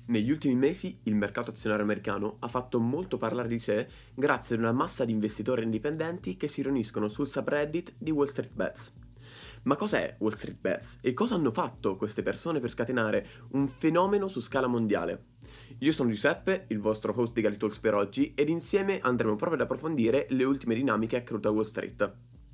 Negli ultimi mesi il mercato azionario americano ha fatto molto parlare di sé grazie ad una massa di investitori indipendenti che si riuniscono sul subreddit di Wall Street Bets. Ma cos'è Wall Street Bets e cosa hanno fatto queste persone per scatenare un fenomeno su scala mondiale? Io sono Giuseppe, il vostro host di Gali Talks per oggi, ed insieme andremo proprio ad approfondire le ultime dinamiche accadute a Wall Street.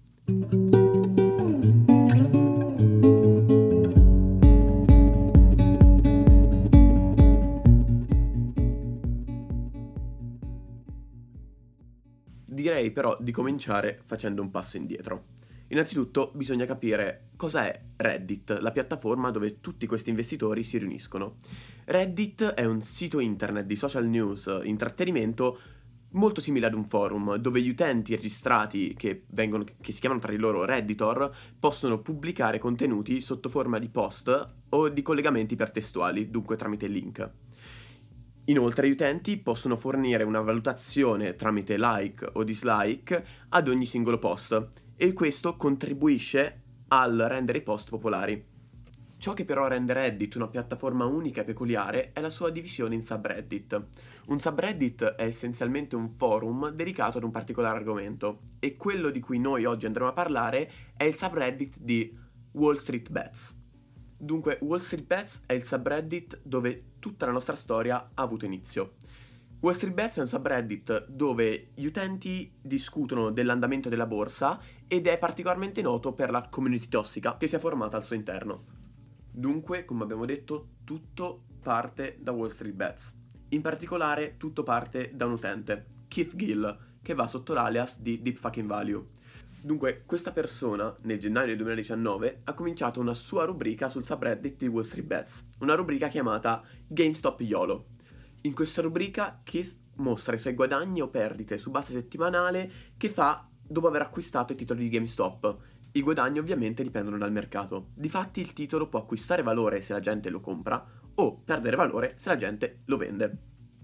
Direi però di cominciare facendo un passo indietro. Innanzitutto bisogna capire cos'è Reddit, la piattaforma dove tutti questi investitori si riuniscono. Reddit è un sito internet di social news, intrattenimento molto simile ad un forum, dove gli utenti registrati che si chiamano tra di loro Redditor possono pubblicare contenuti sotto forma di post o di collegamenti ipertestuali, dunque tramite link. Inoltre gli utenti possono fornire una valutazione tramite like o dislike ad ogni singolo post e questo contribuisce al rendere i post popolari. Ciò che però rende Reddit una piattaforma unica e peculiare è la sua divisione in subreddit. Un subreddit è essenzialmente un forum dedicato ad un particolare argomento e quello di cui noi oggi andremo a parlare è il subreddit di Wall Street Bets. Dunque, Wall Street Bets è il subreddit dove tutta la nostra storia ha avuto inizio. Wall Street Bets è un subreddit dove gli utenti discutono dell'andamento della borsa ed è particolarmente noto per la community tossica che si è formata al suo interno. Dunque, come abbiamo detto, tutto parte da Wall Street Bets. In particolare, tutto parte da un utente, Keith Gill, che va sotto l'alias di Deep Fucking Value. Dunque, questa persona, nel gennaio 2019, ha cominciato una sua rubrica sul subreddit di Wall Street Bets, una rubrica chiamata GameStop YOLO. In questa rubrica Keith mostra i suoi guadagni o perdite su base settimanale che fa dopo aver acquistato i titoli di GameStop. I guadagni ovviamente dipendono dal mercato. Difatti il titolo può acquistare valore se la gente lo compra o perdere valore se la gente lo vende.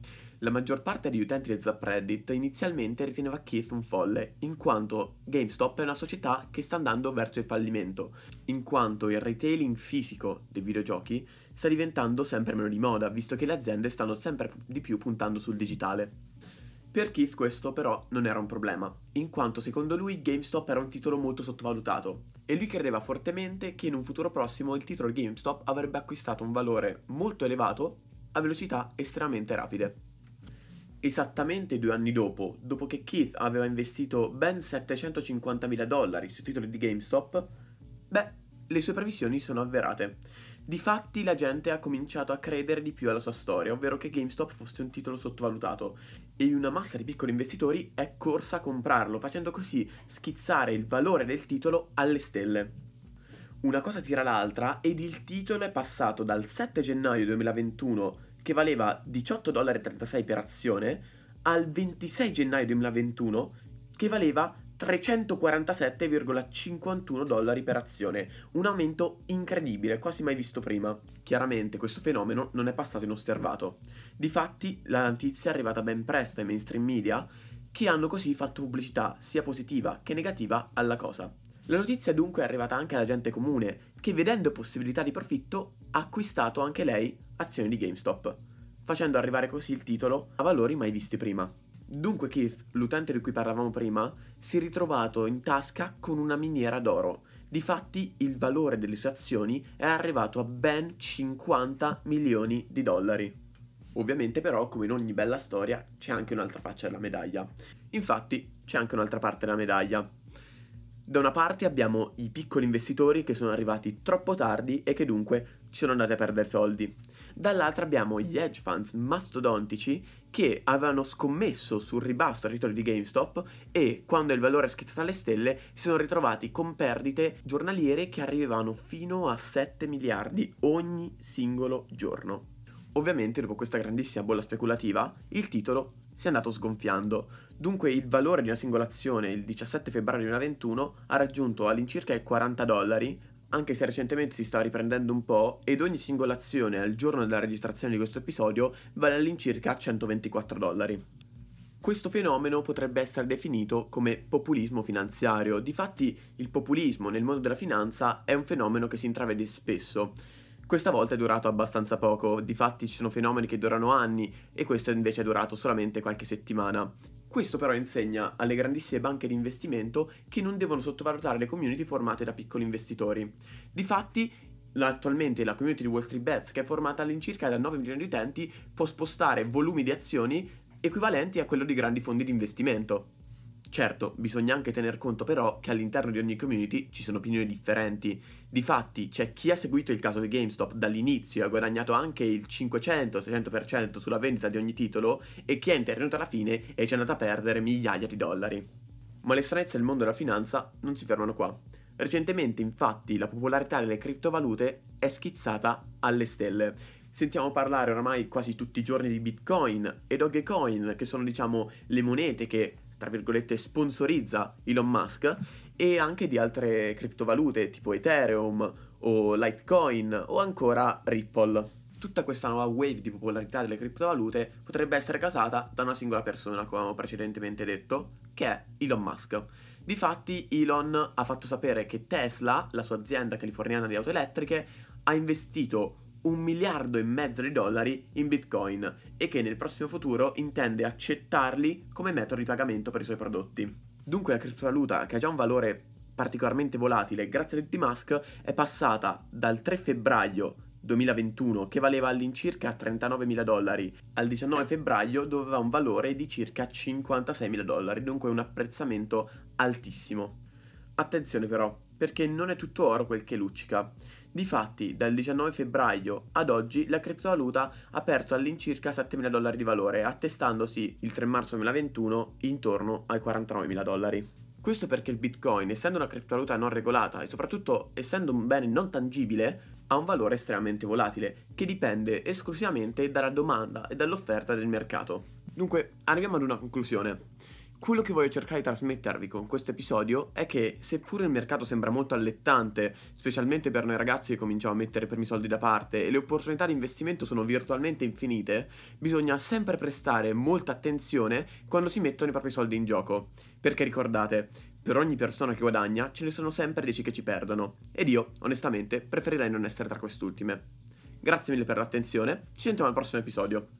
La maggior parte degli utenti del subreddit inizialmente riteneva Keith un folle, in quanto GameStop è una società che sta andando verso il fallimento, in quanto il retailing fisico dei videogiochi sta diventando sempre meno di moda, visto che le aziende stanno sempre di più puntando sul digitale. Per Keith questo però non era un problema, in quanto secondo lui GameStop era un titolo molto sottovalutato, e lui credeva fortemente che in un futuro prossimo il titolo GameStop avrebbe acquistato un valore molto elevato a velocità estremamente rapide. Esattamente 2 anni dopo che Keith aveva investito ben $750.000 sui titoli di GameStop, le sue previsioni sono avverate. Difatti la gente ha cominciato a credere di più alla sua storia, ovvero che GameStop fosse un titolo sottovalutato, e una massa di piccoli investitori è corsa a comprarlo, facendo così schizzare il valore del titolo alle stelle. Una cosa tira l'altra ed il titolo è passato dal 7 gennaio 2021 che valeva $18,36 per azione al 26 gennaio 2021 che valeva $347,51 per azione, un aumento incredibile, quasi mai visto prima. Chiaramente questo fenomeno non è passato inosservato. Difatti la notizia è arrivata ben presto ai mainstream media che hanno così fatto pubblicità sia positiva che negativa alla cosa. La notizia dunque è arrivata anche alla gente comune, che vedendo possibilità di profitto ha acquistato anche lei azioni di GameStop, facendo arrivare così il titolo a valori mai visti prima. Dunque Keith, l'utente di cui parlavamo prima, si è ritrovato in tasca con una miniera d'oro. Difatti il valore delle sue azioni è arrivato a ben $50 milioni. Ovviamente però, come in ogni bella storia, c'è anche un'altra faccia della medaglia. Infatti, c'è anche un'altra parte della medaglia. Da una parte abbiamo i piccoli investitori che sono arrivati troppo tardi e che dunque ci sono andati a perdere soldi. Dall'altra abbiamo gli hedge funds mastodontici che avevano scommesso sul ribasso ai titoli di GameStop e quando il valore è schizzato alle stelle si sono ritrovati con perdite giornaliere che arrivavano fino a 7 miliardi ogni singolo giorno. Ovviamente dopo questa grandissima bolla speculativa il titolo si è andato sgonfiando. Dunque il valore di una singola azione il 17 febbraio 2021 ha raggiunto all'incirca i $40, anche se recentemente si sta riprendendo un po', ed ogni singola azione al giorno della registrazione di questo episodio vale all'incirca $124. Questo fenomeno potrebbe essere definito come populismo finanziario. Difatti il populismo nel mondo della finanza è un fenomeno che si intravede spesso. Questa volta è durato abbastanza poco, difatti ci sono fenomeni che durano anni e questo invece è durato solamente qualche settimana. Questo però insegna alle grandissime banche di investimento che non devono sottovalutare le community formate da piccoli investitori. Difatti, attualmente la community di Wall Street Bets, che è formata all'incirca da 9 milioni di utenti, può spostare volumi di azioni equivalenti a quello di grandi fondi di investimento. Certo, bisogna anche tener conto però che all'interno di ogni community ci sono opinioni differenti. Difatti, c'è chi ha seguito il caso di GameStop dall'inizio e ha guadagnato anche il 500-600% sulla vendita di ogni titolo e chi è intervenuto alla fine e ci è andato a perdere migliaia di dollari. Ma le stranezze del mondo della finanza non si fermano qua. Recentemente, infatti, la popolarità delle criptovalute è schizzata alle stelle. Sentiamo parlare oramai quasi tutti i giorni di Bitcoin e Dogecoin, che sono, diciamo, le monete che, tra virgolette, sponsorizza Elon Musk, e anche di altre criptovalute tipo Ethereum o Litecoin o ancora Ripple. Tutta questa nuova wave di popolarità delle criptovalute potrebbe essere causata da una singola persona, come avevo precedentemente detto, che è Elon Musk. Difatti Elon ha fatto sapere che Tesla, la sua azienda californiana di auto elettriche, ha investito $1,5 miliardi di dollari in Bitcoin e che nel prossimo futuro intende accettarli come metodo di pagamento per i suoi prodotti. Dunque la criptovaluta, che ha già un valore particolarmente volatile grazie a tutti Musk, è passata dal 3 febbraio 2021 che valeva all'incirca $39.000 al 19 febbraio dove aveva un valore di circa $56.000, dunque un apprezzamento altissimo. Attenzione però, perché non è tutto oro quel che luccica. Difatti, dal 19 febbraio ad oggi la criptovaluta ha perso all'incirca $7.000 di valore, attestandosi il 3 marzo 2021 intorno ai $49.000. Questo perché il Bitcoin, essendo una criptovaluta non regolata e soprattutto essendo un bene non tangibile, ha un valore estremamente volatile, che dipende esclusivamente dalla domanda e dall'offerta del mercato. Dunque, arriviamo ad una conclusione. Quello che voglio cercare di trasmettervi con questo episodio è che, seppure il mercato sembra molto allettante, specialmente per noi ragazzi che cominciamo a mettere i primi soldi da parte e le opportunità di investimento sono virtualmente infinite, bisogna sempre prestare molta attenzione quando si mettono i propri soldi in gioco. Perché ricordate, per ogni persona che guadagna ce ne sono sempre 10 che ci perdono, ed io, onestamente, preferirei non essere tra quest'ultime. Grazie mille per l'attenzione, ci sentiamo al prossimo episodio.